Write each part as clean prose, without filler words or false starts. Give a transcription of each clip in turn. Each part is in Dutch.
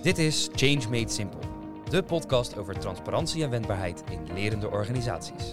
Dit is Change Made Simple, de podcast over transparantie en wendbaarheid in lerende organisaties.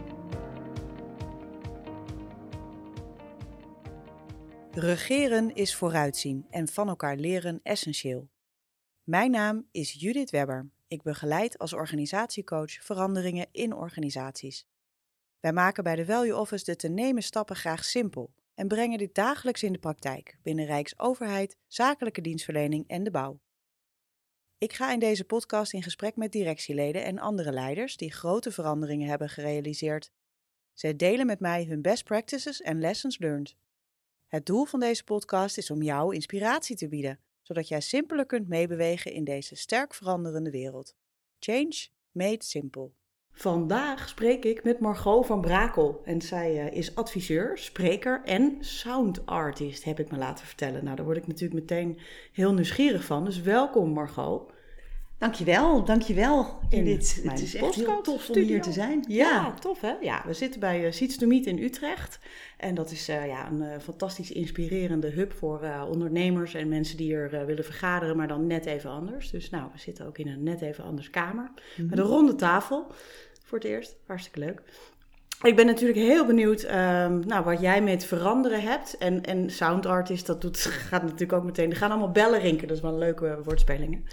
Regeren is vooruitzien en van elkaar leren essentieel. Mijn naam is Judith Webber. Ik begeleid als organisatiecoach veranderingen in organisaties. Wij maken bij de Value Office de te nemen stappen graag simpel en brengen dit dagelijks in de praktijk binnen Rijksoverheid, zakelijke dienstverlening en de bouw. Ik ga in deze podcast in gesprek met directieleden en andere leiders die grote veranderingen hebben gerealiseerd. Zij delen met mij hun best practices en lessons learned. Het doel van deze podcast is om jou inspiratie te bieden, zodat jij simpeler kunt meebewegen in deze sterk veranderende wereld. Change made simple. Vandaag spreek ik met Margot van Brakel en zij is adviseur, spreker en sound artist, heb ik me laten vertellen. Nou, daar word ik natuurlijk meteen heel nieuwsgierig van, dus welkom Margot. Dankjewel Judith. Het is echt heel tof om hier te zijn. Ja, tof hè? Ja, we zitten bij Seats to Meet in Utrecht. En dat is een fantastisch inspirerende hub voor ondernemers en mensen die er willen vergaderen, maar dan net even anders. Dus nou, we zitten ook in een net even anders kamer. Met een ronde tafel voor het eerst. Hartstikke leuk. Ik ben natuurlijk heel benieuwd wat jij met veranderen hebt. En sound artist, gaat natuurlijk ook meteen. Er gaan allemaal bellen rinken, dat is wel een leuke woordspeling.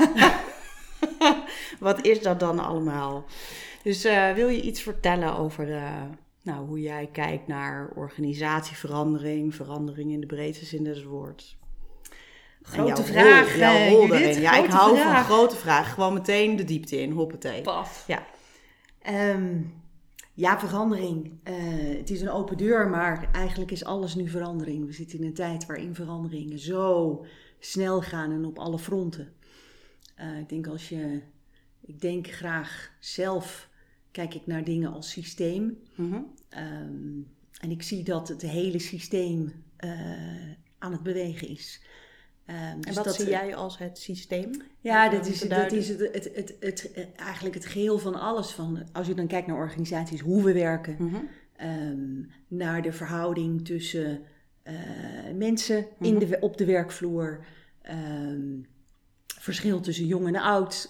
Wat is dat dan allemaal? Dus wil je iets vertellen over hoe jij kijkt naar organisatieverandering, verandering in de breedste zin des woords? Grote vraag, jouw rol daarin. Judith, Ja, ik hou van grote vragen. Gewoon meteen de diepte in, hoppatee. Paf. Ja. Verandering. Het is een open deur, maar eigenlijk is alles nu verandering. We zitten in een tijd waarin veranderingen zo snel gaan en op alle fronten. Ik denk graag zelf, kijk ik naar dingen als systeem. Mm-hmm. En ik zie dat het hele systeem aan het bewegen is. Dus en wat zie jij als het systeem? Ja, dat is eigenlijk het geheel van alles. Als je dan kijkt naar organisaties, hoe we werken. Mm-hmm. Naar de verhouding tussen mensen mm-hmm. op de werkvloer. Verschil tussen jong en oud.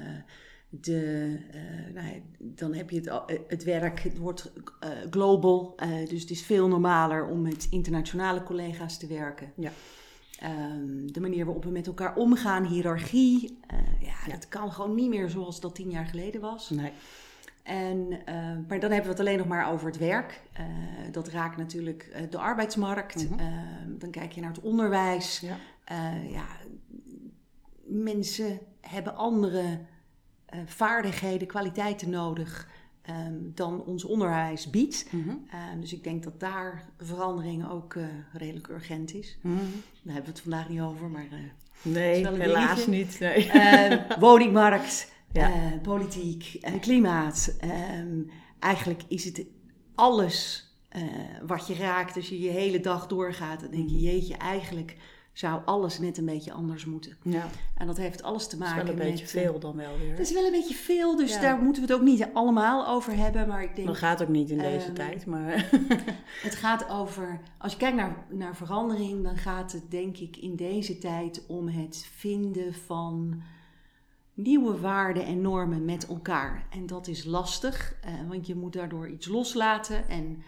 Dan heb je het werk, het wordt global. Dus het is veel normaler om met internationale collega's te werken. Ja. De manier waarop we met elkaar omgaan, hiërarchie. Dat kan gewoon niet meer zoals dat 10 jaar geleden was. Nee. Maar dan hebben we het alleen nog maar over het werk. Dat raakt natuurlijk de arbeidsmarkt. Mm-hmm. Dan kijk je naar het onderwijs. Ja. Mensen hebben andere vaardigheden, kwaliteiten nodig dan ons onderwijs biedt. Mm-hmm. Dus ik denk dat daar verandering ook redelijk urgent is. Mm-hmm. Daar hebben we het vandaag niet over, maar nee, helaas niet. Nee. Woningmarkt, politiek, klimaat. Eigenlijk is het alles wat je raakt als je je hele dag doorgaat. Dan denk je, jeetje, eigenlijk zou alles net een beetje anders moeten. Ja. En dat heeft alles te maken met... Dat is wel een beetje veel dan wel weer. Het is wel een beetje veel, dus daar moeten we het ook niet allemaal over hebben. Maar ik denk... Dat gaat ook niet in deze tijd, maar... Het gaat over... Als je kijkt naar verandering, dan gaat het denk ik in deze tijd om het vinden van nieuwe waarden en normen met elkaar. En dat is lastig, want je moet daardoor iets loslaten en...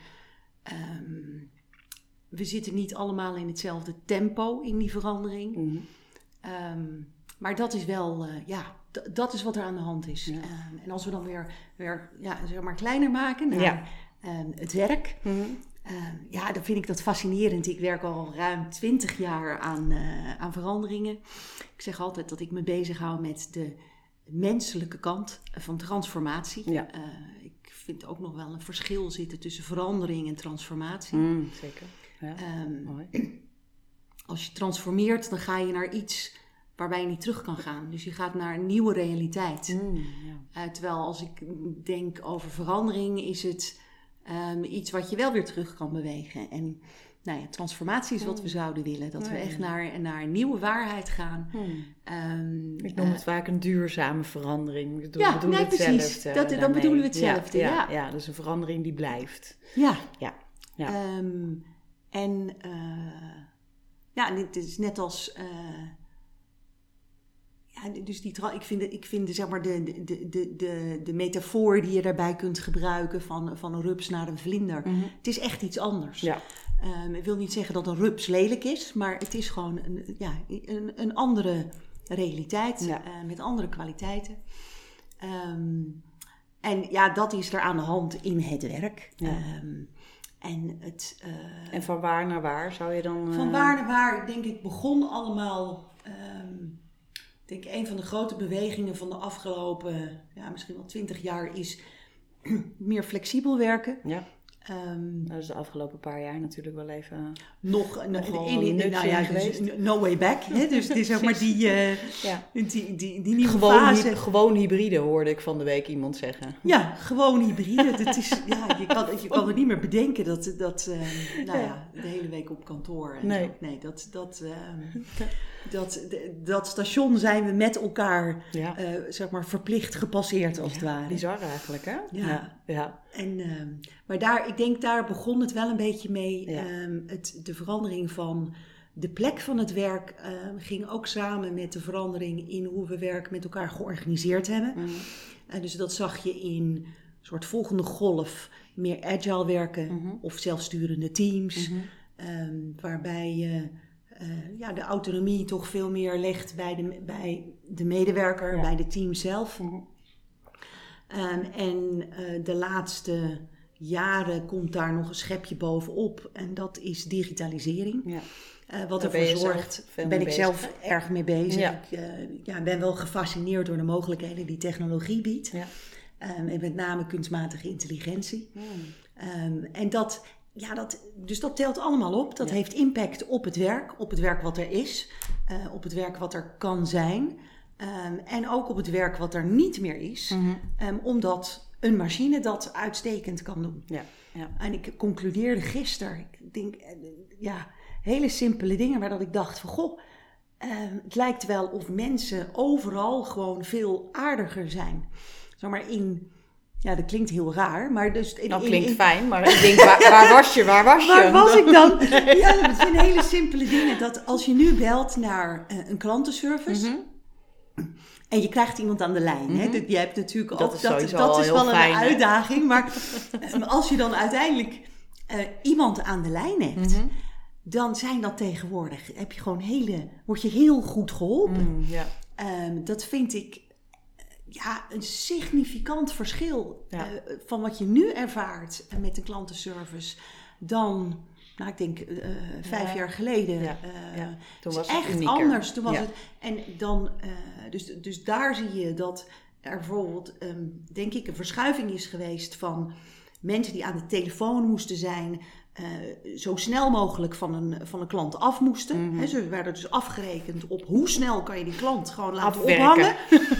we zitten niet allemaal in hetzelfde tempo in die verandering. Mm-hmm. Maar dat is wel, dat is wat er aan de hand is. Ja. En als we dan weer zeg maar kleiner maken naar het werk. Mm-hmm. Dan vind ik dat fascinerend. Ik werk al ruim 20 jaar aan veranderingen. Ik zeg altijd dat ik me bezighoud met de menselijke kant van transformatie. Ja. Ik vind ook nog wel een verschil zitten tussen verandering en transformatie. Zeker. Ja, mooi. Als je transformeert, dan ga je naar iets waarbij je niet terug kan gaan. Dus je gaat naar een nieuwe realiteit. Terwijl als ik denk over verandering, is het iets wat je wel weer terug kan bewegen. En transformatie is wat we zouden willen. Dat we echt naar een nieuwe waarheid gaan. Ik noem het vaak een duurzame verandering. We bedoelen precies. Dan bedoelen we hetzelfde. Ja, dus een verandering die blijft. Ja. Dit is net als dus ik vind zeg maar de metafoor die je daarbij kunt gebruiken van een rups naar een vlinder. Mm-hmm. Het is echt iets anders. Ja. Ik wil niet zeggen dat een rups lelijk is, maar het is gewoon een andere realiteit met andere kwaliteiten. En dat is er aan de hand in het werk. Ja. En van waar naar waar zou je dan... Van waar naar waar, denk ik, begon allemaal... Ik denk een van de grote bewegingen van de afgelopen, misschien wel 20 jaar is meer flexibel werken. Ja. Dat is de afgelopen paar jaar natuurlijk wel even nog no way back. Hè? Dus het is zeg maar die nieuwe fase. Gewoon hybride hoorde ik van de week iemand zeggen. Ja, gewoon hybride. Dat is, je kan het niet meer bedenken dat de hele week op kantoor. En nee. Nee, dat station zijn we met elkaar zeg maar verplicht gepasseerd als het ware. Bizar eigenlijk, hè? Ja. Maar ik denk daar begon het wel een beetje mee. Ja. De verandering van de plek van het werk ging ook samen met de verandering in hoe we werk met elkaar georganiseerd hebben. Mm. Dus dat zag je in een soort volgende golf, meer agile werken of zelfsturende teams. Mm-hmm. Waarbij je de autonomie toch veel meer legt bij de medewerker, bij de team zelf. Mm-hmm. De laatste jaren komt daar nog een schepje bovenop. En dat is digitalisering. Ja. Wat ervoor zorgt, ben ik zelf erg mee bezig. Ja. Ik ben wel gefascineerd door de mogelijkheden die technologie biedt. Ja. En met name kunstmatige intelligentie. En dat telt allemaal op. Dat heeft impact op het werk wat er is. Op het werk wat er kan zijn. En ook op het werk wat er niet meer is. Mm-hmm. Omdat een machine dat uitstekend kan doen. Ja. En ik concludeerde gisteren, ik denk, hele simpele dingen waar dat ik dacht van, het lijkt wel of mensen overal gewoon veel aardiger zijn. Zeg maar dat klinkt heel raar, maar dus... klinkt fijn, maar ik denk, waar was je? Waar was ik dan? Ja, dat zijn hele simpele dingen. Dat als je nu belt naar een klantenservice... Mm-hmm. En je krijgt iemand aan de lijn. Mm-hmm. Hè? Je hebt natuurlijk dat is wel een uitdaging. Maar als je dan uiteindelijk iemand aan de lijn hebt... Mm-hmm. Dan zijn dat tegenwoordig... word je heel goed geholpen. Dat vind ik een significant verschil... van wat je nu ervaart met de klantenservice... dan... ik denk 5 jaar geleden. Toen was het echt unieker. Anders. Toen was het, en dan, dus daar zie je dat er bijvoorbeeld, denk ik, een verschuiving is geweest van mensen die aan de telefoon moesten zijn, zo snel mogelijk van een klant af moesten. Mm-hmm. He, ze werden dus afgerekend op hoe snel kan je die klant gewoon laten ophangen.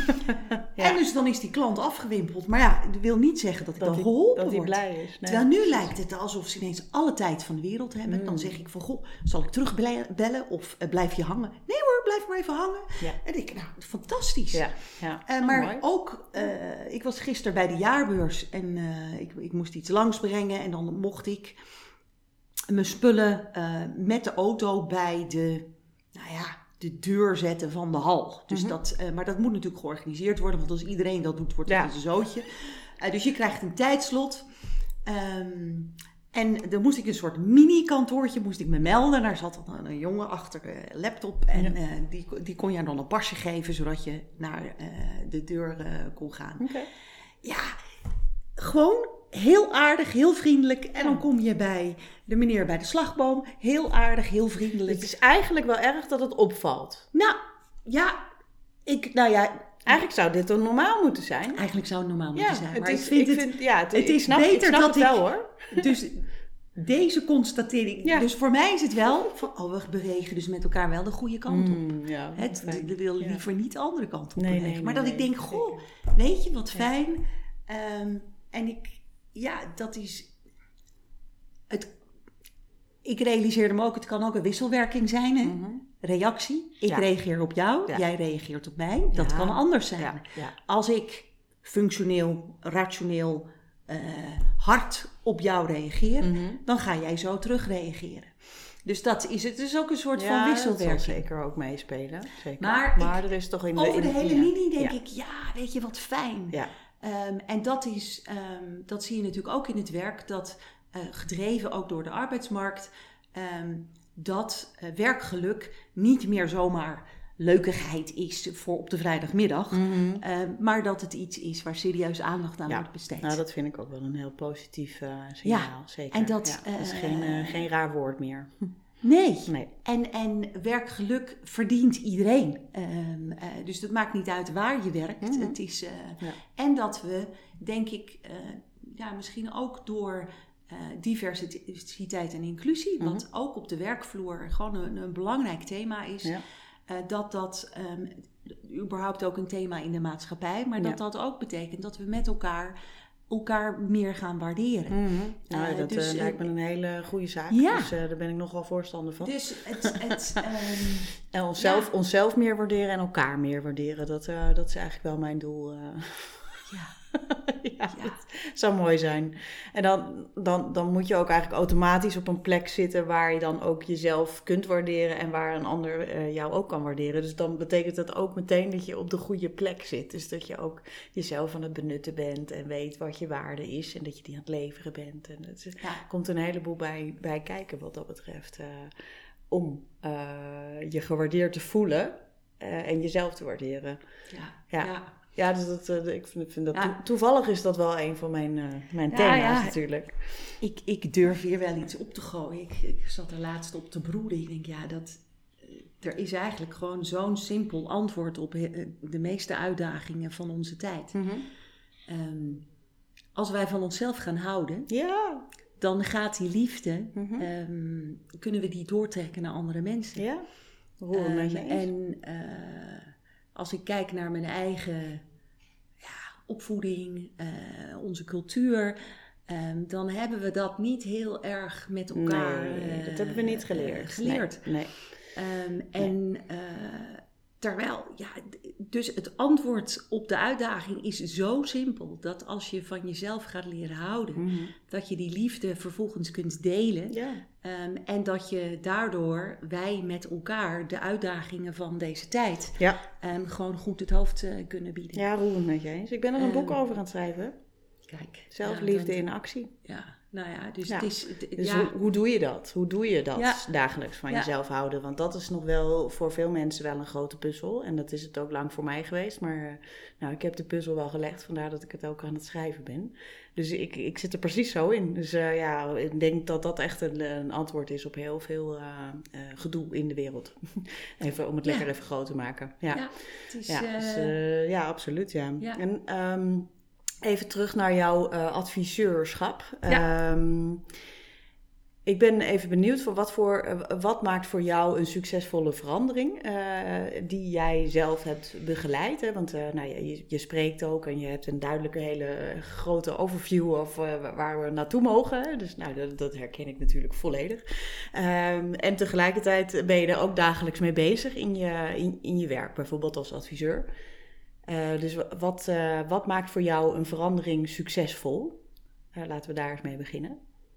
En dus dan is die klant afgewimpeld. Maar dat wil niet zeggen dat ik dan geholpen word. Blij is. Nee. Terwijl nu lijkt het alsof ze ineens alle tijd van de wereld hebben. Mm. Dan zeg ik van, zal ik terugbellen of blijf je hangen? Nee hoor, blijf maar even hangen. Ja. En ik denk, fantastisch. Ja. Maar mooi. Ook, ik was gisteren bij de jaarbeurs en ik moest iets langsbrengen. En dan mocht ik mijn spullen met de auto bij de deur zetten van de hal. Dus maar dat moet natuurlijk georganiseerd worden. Want als iedereen dat doet, wordt het een zootje. Dus je krijgt een tijdslot. En dan moest ik een soort mini-kantoortje me melden. Daar zat dan een jongen achter een laptop. En die kon je dan een pasje geven, zodat je naar de deur kon gaan. Okay. Ja, gewoon heel aardig, heel vriendelijk. En dan kom je bij de meneer bij de slagboom. Heel aardig, heel vriendelijk. Het is eigenlijk wel erg dat het opvalt. Eigenlijk zou dit dan normaal moeten zijn. Eigenlijk zou het normaal moeten zijn. Maar het is beter dat ik wel hoor. Dus deze constatering. Ja. Dus voor mij is het wel van, we bewegen dus met elkaar wel de goede kant op. We willen liever niet de andere kant op bewegen. Maar dat ik denk, weet je wat fijn. En dat is ik realiseerde me ook, het kan ook een wisselwerking zijn. Hè? Mm-hmm. Reactie. Ik reageer op jou, jij reageert op mij. Dat kan anders zijn. Ja. Als ik functioneel, rationeel, hard op jou reageer, dan ga jij zo terugreageren. Dus dat is het. Het is ook een soort van wisselwerking. Dat zal zeker ook meespelen. Zeker. Maar er is toch over de hele linie denk ik, weet je wat fijn. Ja. En dat zie je natuurlijk ook in het werk, dat gedreven ook door de arbeidsmarkt, dat werkgeluk niet meer zomaar leukigheid is voor op de vrijdagmiddag, maar dat het iets is waar serieus aandacht aan wordt besteed. Nou, dat vind ik ook wel een heel positief signaal, zeker. En dat is geen raar woord meer. Nee. En werkgeluk verdient iedereen. Dus het maakt niet uit waar je werkt. Het is, en dat we, denk ik, misschien ook door diversiteit en inclusie, wat ook op de werkvloer gewoon een belangrijk thema is, dat überhaupt ook een thema in de maatschappij, maar dat ook betekent dat we met elkaar meer gaan waarderen. Dat lijkt me een hele goede zaak. Dus daar ben ik nogal voorstander van. Dus en onszelf meer waarderen en elkaar meer waarderen. Dat is eigenlijk wel mijn doel. Dat zou mooi zijn. En dan moet je ook eigenlijk automatisch op een plek zitten waar je dan ook jezelf kunt waarderen en waar een ander jou ook kan waarderen. Dus dan betekent dat ook meteen dat je op de goede plek zit. Dus dat je ook jezelf aan het benutten bent en weet wat je waarde is en dat je die aan het leveren bent. En er komt een heleboel bij kijken wat dat betreft. Om je gewaardeerd te voelen en jezelf te waarderen. Ja, dus ik vind dat toevallig is dat wel een van mijn thema's natuurlijk. Ik durf hier wel iets op te gooien. Ik zat er laatst op te broeden. Ik denk, er is eigenlijk gewoon zo'n simpel antwoord op de meeste uitdagingen van onze tijd. Als wij van onszelf gaan houden, dan gaat die liefde, kunnen we die doortrekken naar andere mensen. Ja, hoor ik met je eens. En als ik kijk naar mijn eigen opvoeding, onze cultuur, dan hebben we dat niet heel erg met elkaar dat hebben we niet geleerd. Nee. Terwijl, dus het antwoord op de uitdaging is zo simpel, dat als je van jezelf gaat leren houden, dat je die liefde vervolgens kunt delen. Ja. En dat je daardoor, wij met elkaar, de uitdagingen van deze tijd gewoon goed het hoofd kunnen bieden. Ja, roerend met je eens. Ik ben er een boek over aan het schrijven. Kijk. Zelfliefde in actie. Ja. Nou ja, dus het is... Hoe doe je dat? Hoe doe je dat dagelijks van jezelf houden? Want dat is nog wel voor veel mensen wel een grote puzzel. En dat is het ook lang voor mij geweest. Maar ik heb de puzzel wel gelegd. Vandaar dat ik het ook aan het schrijven ben. Dus ik zit er precies zo in. Dus ik denk dat dat echt een antwoord is op heel veel gedoe in de wereld. Even om het lekker even groot te maken. Ja, het is, absoluut. Ja. En... even terug naar jouw adviseurschap. Ik ben even benieuwd wat maakt voor jou een succesvolle verandering die jij zelf hebt begeleid. Hè? Want je spreekt ook en je hebt een duidelijke hele grote overview of waar we naartoe mogen. Dus dat herken ik natuurlijk volledig. En tegelijkertijd ben je er ook dagelijks mee bezig in je werk, bijvoorbeeld als adviseur. Dus wat maakt voor jou een verandering succesvol? Laten we daar eens mee beginnen.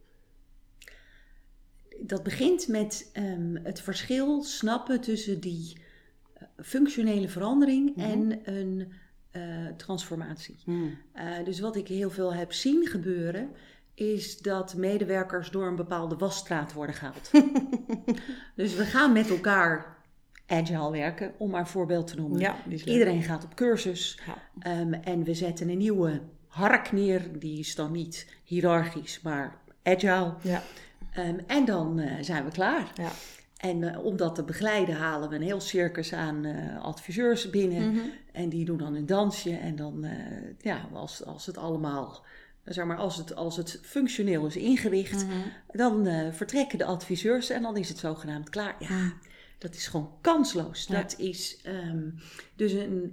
Dat begint met het verschil snappen tussen die functionele verandering en een transformatie. Dus wat ik heel veel heb zien gebeuren, is dat medewerkers door een bepaalde wasstraat worden gehaald. Dus we gaan met elkaar agile werken, om maar een voorbeeld te noemen. Ja, iedereen gaat op cursus en we zetten een nieuwe hark neer. Die is dan niet hiërarchisch, maar agile. Ja. En dan zijn we klaar. Ja. En om dat te begeleiden halen we een heel circus aan adviseurs binnen. En die doen dan een dansje. En dan, als het allemaal, zeg maar, als het functioneel is ingericht, dan vertrekken de adviseurs en dan is het zogenaamd klaar. Ja. Dat is gewoon kansloos. Ja. Dat is dus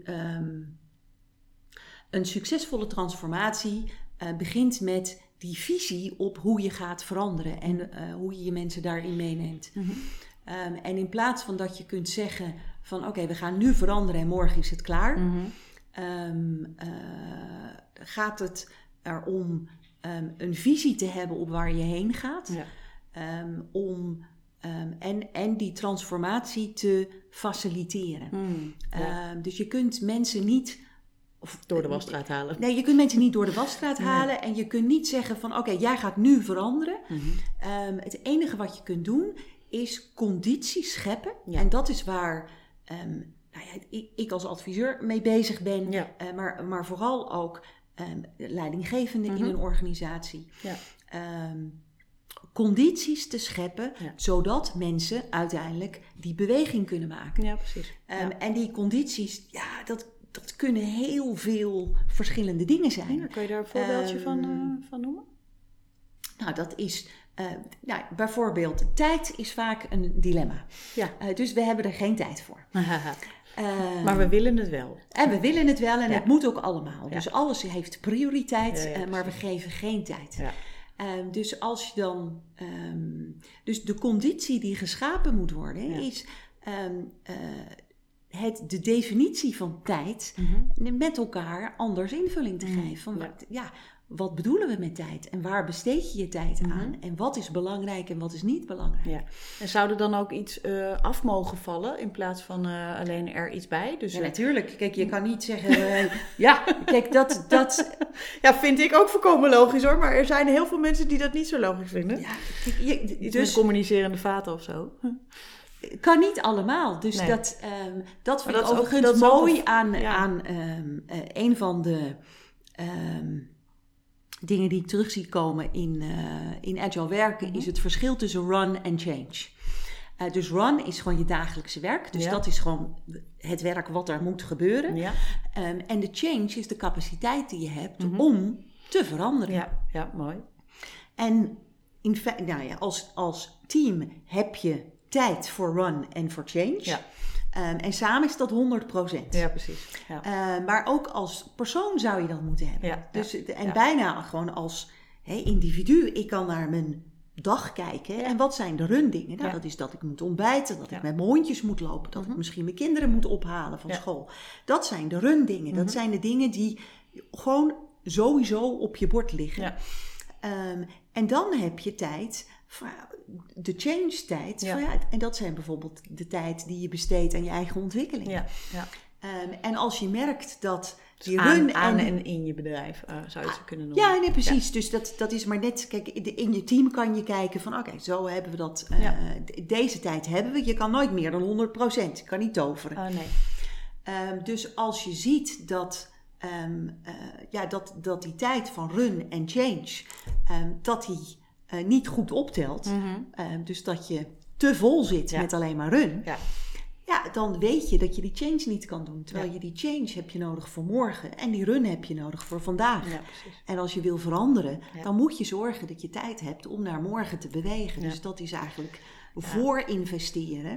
een succesvolle transformatie begint met die visie op hoe je gaat veranderen en hoe je je mensen daarin meeneemt. En in plaats van dat je kunt zeggen van oké, we gaan nu veranderen en morgen is het klaar, gaat het erom een visie te hebben op waar je heen gaat, om En die transformatie te faciliteren. Dus je kunt mensen niet... door de wasstraat halen. Nee, je kunt mensen niet door de wasstraat halen. En je kunt niet zeggen van oké, jij gaat nu veranderen. Het enige wat je kunt doen is condities scheppen. Ja. En dat is waar ik als adviseur mee bezig ben. Ja. Maar vooral ook leidinggevende in een organisatie. Ja. Condities te scheppen, zodat mensen uiteindelijk die beweging kunnen maken. Ja, precies. En die condities, dat kunnen heel veel verschillende dingen zijn. Ja, kan je daar een voorbeeldje van noemen? Nou, dat is... bijvoorbeeld, tijd is vaak een dilemma. Ja. Dus we hebben er geen tijd voor. Maar we willen het wel. En we willen het wel en het moet ook allemaal. Ja. Dus alles heeft prioriteit, maar we geven geen tijd. Ja. Dus als je dan... dus de conditie die geschapen moet worden is... de definitie van tijd met elkaar anders invulling te geven. Van wat bedoelen we met tijd? En waar besteed je je tijd aan? En wat is belangrijk en wat is niet belangrijk? Ja. En zou er dan ook iets af mogen vallen in plaats van alleen er iets bij? Dus, natuurlijk. Kijk, je kan niet zeggen... kijk, dat... Ja, vind ik ook volkomen logisch hoor. Maar er zijn heel veel mensen die dat niet zo logisch vinden. Ja, iets met communicerende vaten of zo. Kan niet allemaal. Dus dat vind ik overigens mooi aan een van de dingen die ik terug zie komen in agile werken, is het verschil tussen run en change. Dus run is gewoon je dagelijkse werk. Dus dat is gewoon het werk wat er moet gebeuren. Ja. En de change is de capaciteit die je hebt om te veranderen. Ja, mooi. En in feite, als team heb je tijd voor run en voor change. Ja. En samen is dat 100%. Ja, precies. Ja. Maar ook als persoon zou je dat moeten hebben. Ja, dus, bijna gewoon als individu. Ik kan naar mijn dag kijken. Ja. En wat zijn de run dingen? Nou, dat is dat ik moet ontbijten. Dat ik met mijn hondjes moet lopen. Dat ik misschien mijn kinderen moet ophalen van school. Dat zijn de run dingen. Dat zijn de dingen die gewoon sowieso op je bord liggen. Ja. En dan heb je tijd... de change tijd. Ja. En dat zijn bijvoorbeeld de tijd die je besteedt aan je eigen ontwikkeling. Ja. Ja. En als je merkt dat die run aan en in je bedrijf zou je het kunnen noemen. Ja, nee, precies. Ja. Dus dat is maar net... Kijk, in je team kan je kijken van... Oké, zo hebben we dat... deze tijd hebben we. Je kan nooit meer dan 100%. Je kan niet toveren. Oh, nee. Dus als je ziet dat... dat die tijd van run en change... dat die... niet goed optelt. Dus dat je te vol zit met alleen maar run. Ja, dan weet je dat je die change niet kan doen. Terwijl je die change heb je nodig voor morgen. En die run heb je nodig voor vandaag. Ja, en als je wil veranderen, dan moet je zorgen dat je tijd hebt om naar morgen te bewegen. Ja. Dus dat is eigenlijk voor investeren.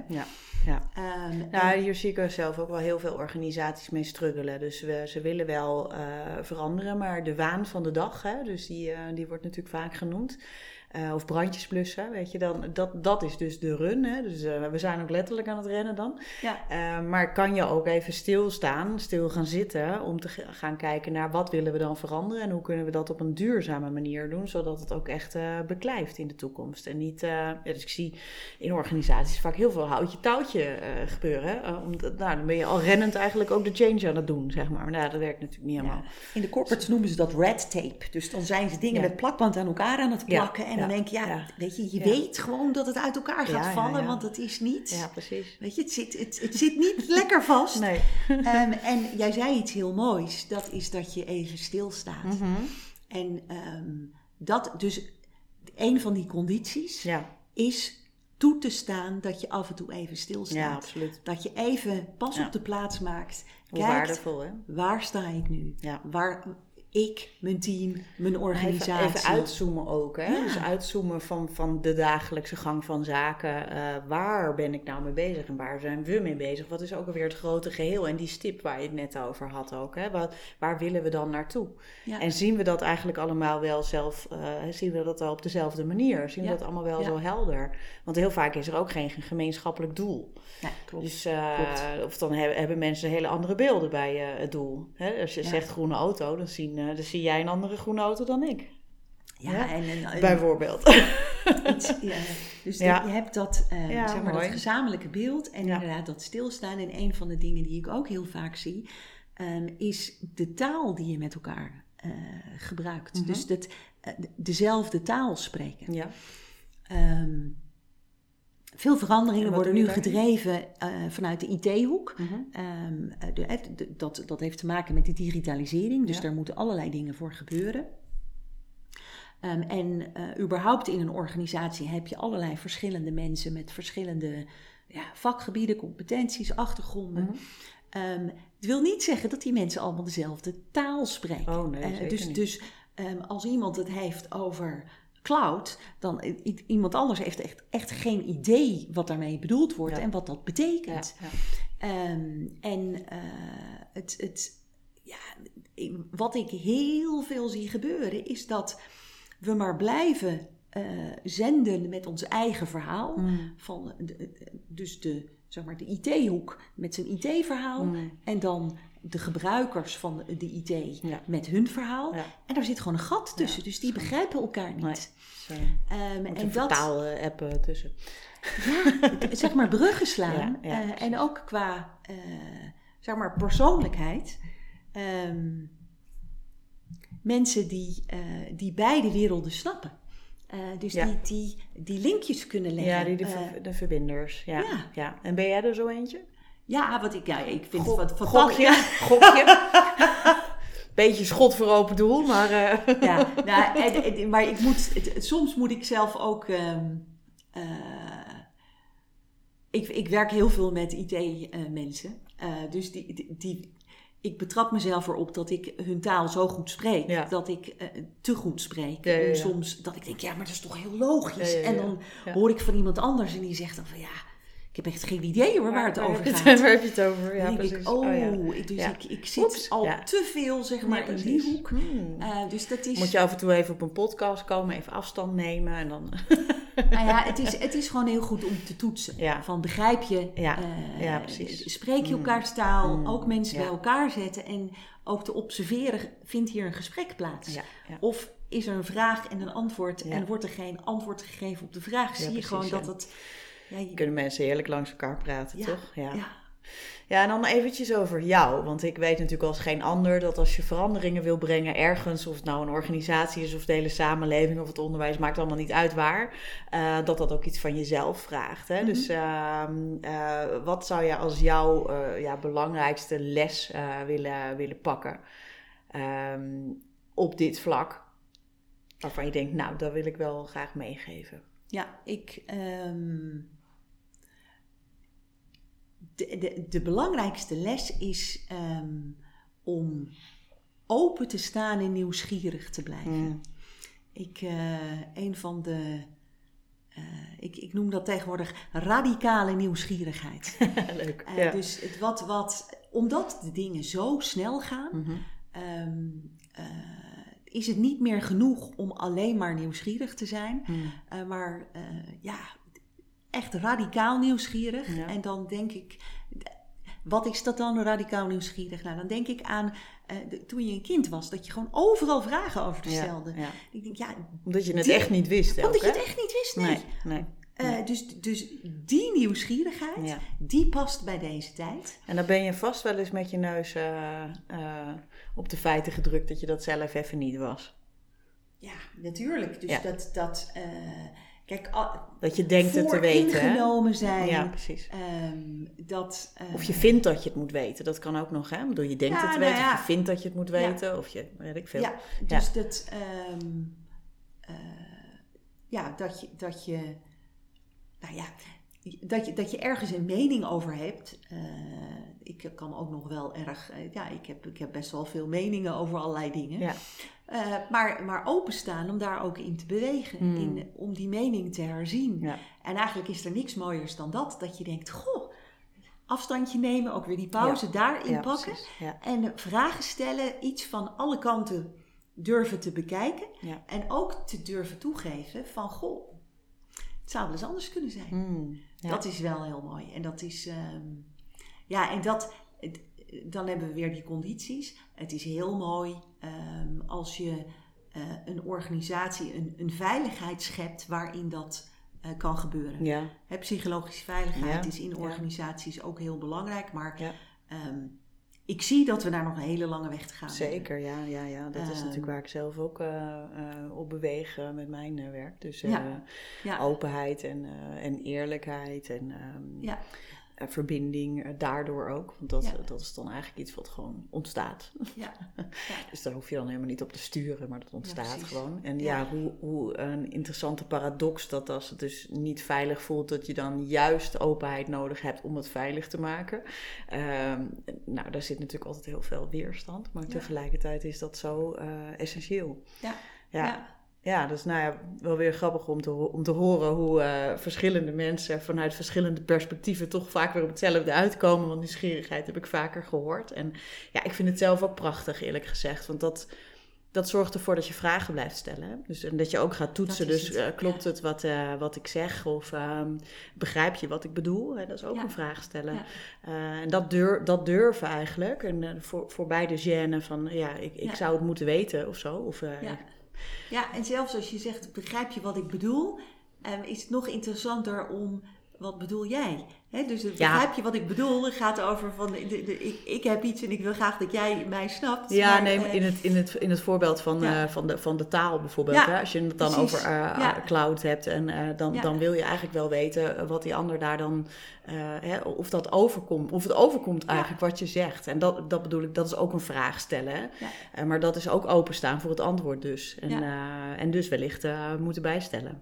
Ja. Hier zie ik zelf ook wel heel veel organisaties mee struggelen. Dus ze willen wel veranderen, maar de waan van de dag, dus die wordt natuurlijk vaak genoemd. Of brandjes blussen, weet je dan. Dat is dus de run. Hè? Dus we zijn ook letterlijk aan het rennen dan. Ja. Maar kan je ook even stil gaan zitten om te gaan kijken naar wat willen we dan veranderen en hoe kunnen we dat op een duurzame manier doen, zodat het ook echt beklijft in de toekomst. En niet, dus ik zie in organisaties vaak heel veel houtje touwtje gebeuren. Dan ben je al rennend eigenlijk ook de change aan het doen, zeg maar. Maar dat werkt natuurlijk niet helemaal. Ja. In de corporates noemen ze dat red tape. Dus dan zijn ze dingen met plakband aan elkaar aan het plakken. En dan denk je, weet je, weet gewoon dat het uit elkaar gaat vallen, want het is niet... Ja, precies. Weet je, het zit niet lekker vast. Nee. En jij zei iets heel moois, dat is dat je even stilstaat. En dat, dus een van die condities is toe te staan dat je af en toe even stilstaat. Ja, absoluut. Dat je even pas op de plaats maakt. Hoe waardevol, hè? Waar sta ik nu? Ja. Ik, mijn team, mijn organisatie. Even uitzoomen ook. Hè? Ja. Dus uitzoomen van de dagelijkse gang van zaken. Waar ben ik nou mee bezig en waar zijn we mee bezig? Wat is ook alweer het grote geheel? En die stip waar je het net over had ook. Hè? Waar willen we dan naartoe? Ja. En zien we dat eigenlijk allemaal wel zelf... zien we dat wel op dezelfde manier? Zien we dat allemaal wel zo helder? Want heel vaak is er ook geen gemeenschappelijk doel. Ja, klopt. Dus, klopt. Of dan hebben mensen hele andere beelden bij het doel. Hè? Als je zegt groene auto, dan zie jij een andere groene auto dan ik. Ja, en bijvoorbeeld. Dus je hebt dat, zeg maar, dat mooi. Gezamenlijke beeld en inderdaad dat stilstaan. En een van de dingen die ik ook heel vaak zie, is de taal die je met elkaar gebruikt. Mm-hmm. Dus dezelfde taal spreken. Ja. Veel veranderingen worden nu daarin? gedreven vanuit de IT-hoek. Mm-hmm. Dat heeft te maken met de digitalisering. Dus Ja. daar moeten allerlei dingen voor gebeuren. Überhaupt in een organisatie heb je allerlei verschillende mensen met verschillende vakgebieden, competenties, achtergronden. Mm-hmm. Het wil niet zeggen dat die mensen allemaal dezelfde taal spreken. Oh, nee, zeker niet. Dus als iemand het heeft over cloud, dan iemand anders heeft echt geen idee wat daarmee bedoeld wordt en wat dat betekent. Wat ik heel veel zie gebeuren is dat we maar blijven zenden met ons eigen verhaal. Van de IT-hoek met zijn IT-verhaal. En dan de gebruikers van de IT met hun verhaal. Ja. En daar zit gewoon een gat tussen. Dus die begrijpen elkaar niet. Moet een vertaal-app tussen. Ja, zeg maar bruggen slaan. En ook qua zeg maar persoonlijkheid. Mensen die beide werelden snappen. Die linkjes kunnen leggen. Ja, de verbinders. Ja. En ben jij er zo eentje? Ja, ik vind het wat Gokje. Beetje schot voor open doel, maar... maar soms moet ik zelf ook... Ik werk heel veel met IT-mensen. Dus ik betrap mezelf erop dat ik hun taal zo goed spreek. Dat ik te goed spreek. Soms dat ik denk, maar dat is toch heel logisch. En dan hoor ik van iemand anders en die zegt dan van ik heb echt geen idee hoor, waar het over gaat. Waar heb je het over? Ja, precies. Ik zit al te veel zeg maar in die hoek. Dus dat is... Moet je af en toe even op een podcast komen, even afstand nemen en dan... Het is gewoon heel goed om te toetsen. Ja. Van begrijp je, precies. Spreek je elkaars taal, ook mensen bij elkaar zetten en ook te observeren, vindt hier een gesprek plaats? Ja. Of is er een vraag en een antwoord en wordt er geen antwoord gegeven op de vraag? Zie je gewoon dat het... Kunnen mensen heerlijk langs elkaar praten, toch? Ja, en dan eventjes over jou. Want ik weet natuurlijk als geen ander dat als je veranderingen wil brengen ergens, of het nou een organisatie is of de hele samenleving of het onderwijs, maakt allemaal niet uit waar, dat ook iets van jezelf vraagt. Hè? Mm-hmm. Dus wat zou je als jouw belangrijkste les willen pakken op dit vlak? Waarvan je denkt, nou, dat wil ik wel graag meegeven. Ja, de belangrijkste les is om open te staan en nieuwsgierig te blijven. Een van de... Ik noem dat tegenwoordig radicale nieuwsgierigheid. Leuk. Dus omdat de dingen zo snel gaan... is het niet meer genoeg om alleen maar nieuwsgierig te zijn. Maar echt radicaal nieuwsgierig. Ja. En dan denk ik, wat is dat dan, radicaal nieuwsgierig? Nou, dan denk ik aan toen je een kind was, dat je gewoon overal vragen over te stelde. Ja. Ik denk, omdat je het echt niet wist. Omdat je het echt niet wist, nee. Dus die nieuwsgierigheid, die past bij deze tijd. En dan ben je vast wel eens met je neus op de feiten gedrukt dat je dat zelf even niet was. Ja, natuurlijk. Dus kijk, dat je denkt het te weten. Ingenomen zijn. Ja, precies. Of je vindt dat je het moet weten. Dat kan ook nog, hè? Ik bedoel, je denkt het te weten, of je vindt dat je het moet weten. Of je, weet ik veel. Ja, dus dat je ergens een mening over hebt. Ik kan ook nog wel erg... ik heb best wel veel meningen over allerlei dingen. Ja. Maar openstaan om daar ook in te bewegen. Om die mening te herzien. Ja. En eigenlijk is er niks mooiers dan dat je denkt... Goh, afstandje nemen, ook weer die pauze daarin pakken. Ja. En vragen stellen, iets van alle kanten durven te bekijken. Ja. En ook te durven toegeven van... Goh, het zou wel eens anders kunnen zijn. Dat is wel heel mooi. En dat is... dan hebben we weer die condities. Het is heel mooi als je een organisatie een veiligheid schept waarin dat kan gebeuren. Ja. Psychologische veiligheid is in organisaties ook heel belangrijk, maar ik zie dat we daar nog een hele lange weg te gaan hebben. Zeker, ja. Dat is natuurlijk waar ik zelf ook op beweeg met mijn werk. Dus openheid en eerlijkheid en verbinding daardoor ook. Want dat is dan eigenlijk iets wat gewoon ontstaat. Ja. Dus daar hoef je dan helemaal niet op te sturen, maar dat ontstaat gewoon. En hoe een interessante paradox dat als het dus niet veilig voelt, dat je dan juist openheid nodig hebt om het veilig te maken. Daar zit natuurlijk altijd heel veel weerstand, maar tegelijkertijd is dat zo essentieel. Ja, dus wel weer grappig om te horen hoe verschillende mensen vanuit verschillende perspectieven toch vaak weer op hetzelfde uitkomen. Want nieuwsgierigheid heb ik vaker gehoord. En ik vind het zelf ook prachtig, eerlijk gezegd. Want dat zorgt ervoor dat je vragen blijft stellen. Hè? Dus, en dat je ook gaat toetsen. Dus klopt het wat ik zeg? Of begrijp je wat ik bedoel? Hè? Dat is ook een vraag stellen. Ja. En dat durven eigenlijk. En voorbij de gêne van ik zou het moeten weten of zo. Ja, en zelfs als je zegt, begrijp je wat ik bedoel, is het nog interessanter om, wat bedoel jij? Dus begrijp je wat ik bedoel? Het gaat over van, ik heb iets en ik wil graag dat jij mij snapt. Ja, maar, in het voorbeeld van de taal bijvoorbeeld. Hè? Als je het dan over cloud hebt en dan wil je eigenlijk wel weten wat die ander daar dan, of dat overkomt. Of het overkomt eigenlijk wat je zegt. En dat bedoel ik, dat is ook een vraag stellen. Hè? Ja. Maar dat is ook openstaan voor het antwoord dus. En dus wellicht moeten bijstellen.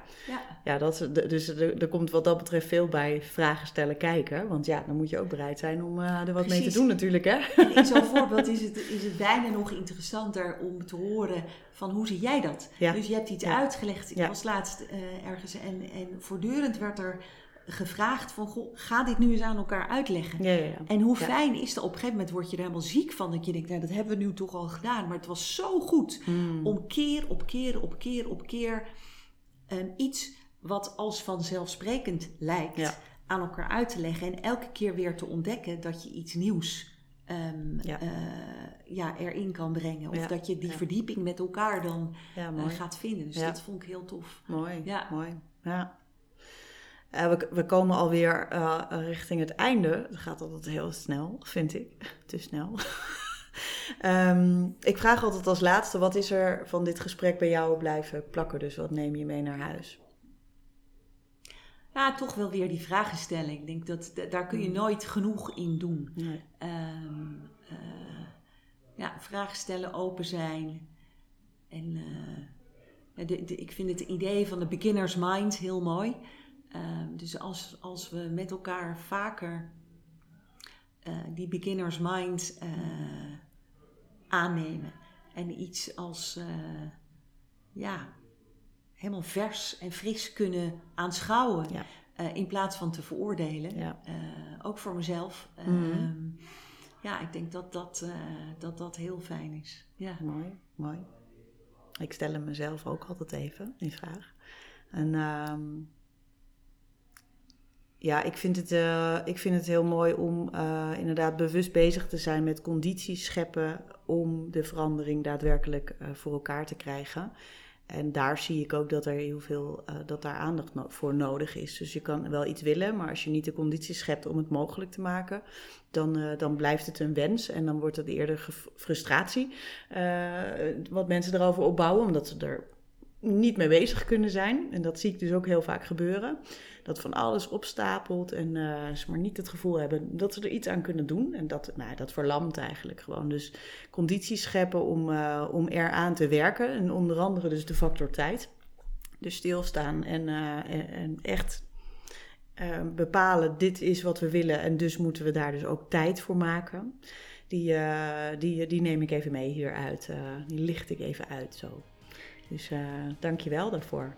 Dus er komt wat dat betreft veel bij vragen stellen kijken. Want dan moet je ook bereid zijn om er wat mee te doen natuurlijk. Hè? En in zo'n voorbeeld is het bijna nog interessanter om te horen van hoe zie jij dat? Ja. Dus je hebt iets uitgelegd. Ik was laatst ergens en voortdurend werd er gevraagd van, goh, ga dit nu eens aan elkaar uitleggen. Ja. En hoe fijn is dat? Op een gegeven moment word je er helemaal ziek van. Dat je denkt, dat hebben we nu toch al gedaan. Maar het was zo goed om keer op keer iets wat als vanzelfsprekend lijkt aan elkaar uit te leggen. En elke keer weer te ontdekken dat je iets nieuws erin kan brengen. Of dat je die verdieping met elkaar dan gaat vinden. Dus dat vond ik heel tof. Mooi. Ja. We komen alweer richting het einde. Dat gaat altijd heel snel, vind ik. Te snel. Ik vraag altijd als laatste, wat is er van dit gesprek bij jou blijven plakken? Dus wat neem je mee naar huis? Ja, toch wel weer die vragenstelling. Ik denk dat daar kun je nooit genoeg in doen. Nee. Vragen stellen, open zijn. En ik vind het idee van de beginner's mind heel mooi. Dus als we met elkaar vaker die beginner's mind aannemen. En iets als helemaal vers en fris kunnen aanschouwen. Ja. In plaats van te veroordelen. Ja. Ook voor mezelf. Ik denk dat heel fijn is. Ja. Mooi. Ik stel hem mezelf ook altijd even, die vraag. En ik vind het heel mooi om inderdaad bewust bezig te zijn met condities scheppen om de verandering daadwerkelijk voor elkaar te krijgen. En daar zie ik ook dat er heel veel dat daar aandacht voor nodig is. Dus je kan wel iets willen, maar als je niet de condities schept om het mogelijk te maken, dan blijft het een wens en dan wordt het eerder frustratie. Wat mensen erover opbouwen, omdat ze er niet mee bezig kunnen zijn. En dat zie ik dus ook heel vaak gebeuren. Dat van alles opstapelt en ze maar niet het gevoel hebben dat ze er iets aan kunnen doen. En dat verlamt eigenlijk gewoon. Dus condities scheppen om eraan te werken. En onder andere dus de factor tijd. Dus stilstaan en echt bepalen, dit is wat we willen. En dus moeten we daar dus ook tijd voor maken. Die neem ik even mee hieruit. Die licht ik even uit zo. Dus dank je wel daarvoor.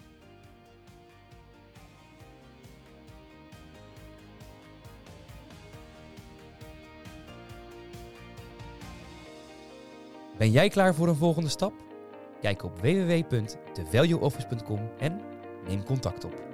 Ben jij klaar voor een volgende stap? Kijk op www.thevalueoffice.com en neem contact op.